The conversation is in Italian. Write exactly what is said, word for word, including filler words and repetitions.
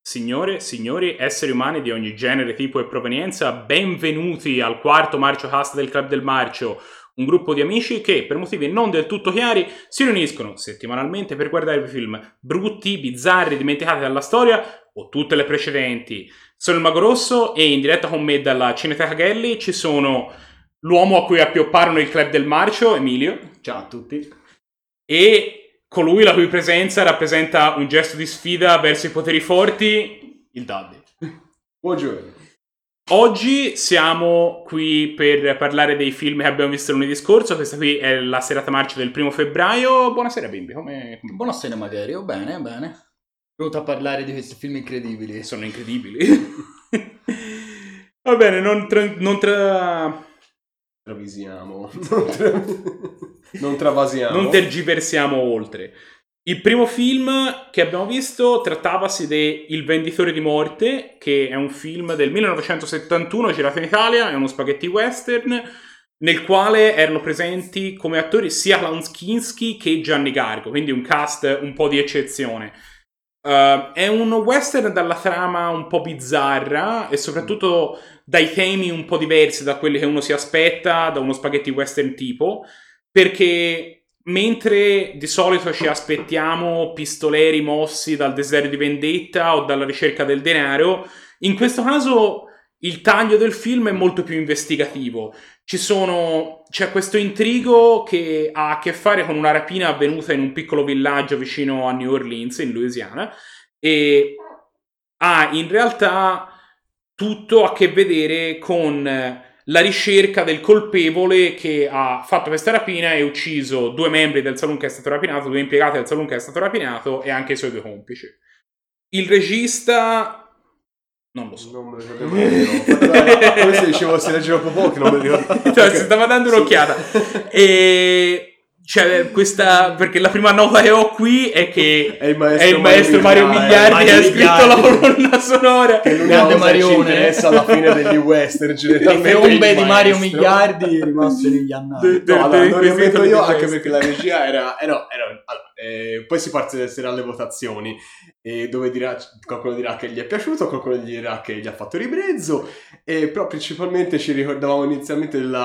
Signore, signori, esseri umani di ogni genere, tipo e provenienza, benvenuti al quarto Marcio Cast del Club del Marcio, un gruppo di amici che, per motivi non del tutto chiari, si riuniscono settimanalmente per guardare film brutti, bizzarri, dimenticati dalla storia o tutte le precedenti. Sono il Mago Rosso e in diretta con me dalla Cineteca Gelli ci sono l'uomo a cui appiopparono il Club del Marcio, Emilio. Ciao a tutti. E colui la cui presenza rappresenta un gesto di sfida verso i poteri forti, il Daddy. Buongiorno. Oggi siamo qui per parlare dei film che abbiamo visto lunedì scorso. Questa qui è la serata marcia del primo febbraio. Buonasera bimbi, come... Buonasera Materio, bene, bene. Venuto a parlare di questi film incredibili. Sono incredibili. Va bene, non tra... Non tra... Travisiamo. Non, tra... non travasiamo. Non tergiversiamo oltre. Il primo film che abbiamo visto trattavasi di Il venditore di morte, che è un film del millenovecentosettantuno girato in Italia, è uno spaghetti western, nel quale erano presenti come attori sia Klaus Kinski che Gianni Gargo, quindi un cast un po' di eccezione. Uh, è un western dalla trama un po' bizzarra e soprattutto dai temi un po' diversi da quelli che uno si aspetta da uno spaghetti western tipo, perché mentre di solito ci aspettiamo pistoleri mossi dal desiderio di vendetta o dalla ricerca del denaro, in questo caso il taglio del film è molto più investigativo. Ci sono, c'è questo intrigo che ha a che fare con una rapina avvenuta in un piccolo villaggio vicino a New Orleans, in Louisiana, e ha in realtà tutto a che vedere con la ricerca del colpevole che ha fatto questa rapina e ucciso due membri del saloon che è stato rapinato, due impiegati del saloon che è stato rapinato e anche i suoi due complici. Il regista... Non lo so. Non me lo ricordo. Come se dicevo si leggeva un po' che non me lo ricordo. Cioè, si stava dando un'occhiata. E... Cioè, questa... Perché la prima nota che ho qui è che è il maestro, è il maestro Mario, Mario Migliardi che ha scritto la colonna sonora. Che l'unica cosa che ci interessa alla fine degli western. Le fiombe di Mario Migliardi rimaste negli annali. No, allora, non li metto io anche perché la regia era... Eh no, era allora, eh, poi si partirà alle votazioni. E dove dirà, qualcuno dirà che gli è piaciuto, qualcuno dirà che gli ha fatto ribrezzo, e però principalmente ci ricordavamo inizialmente della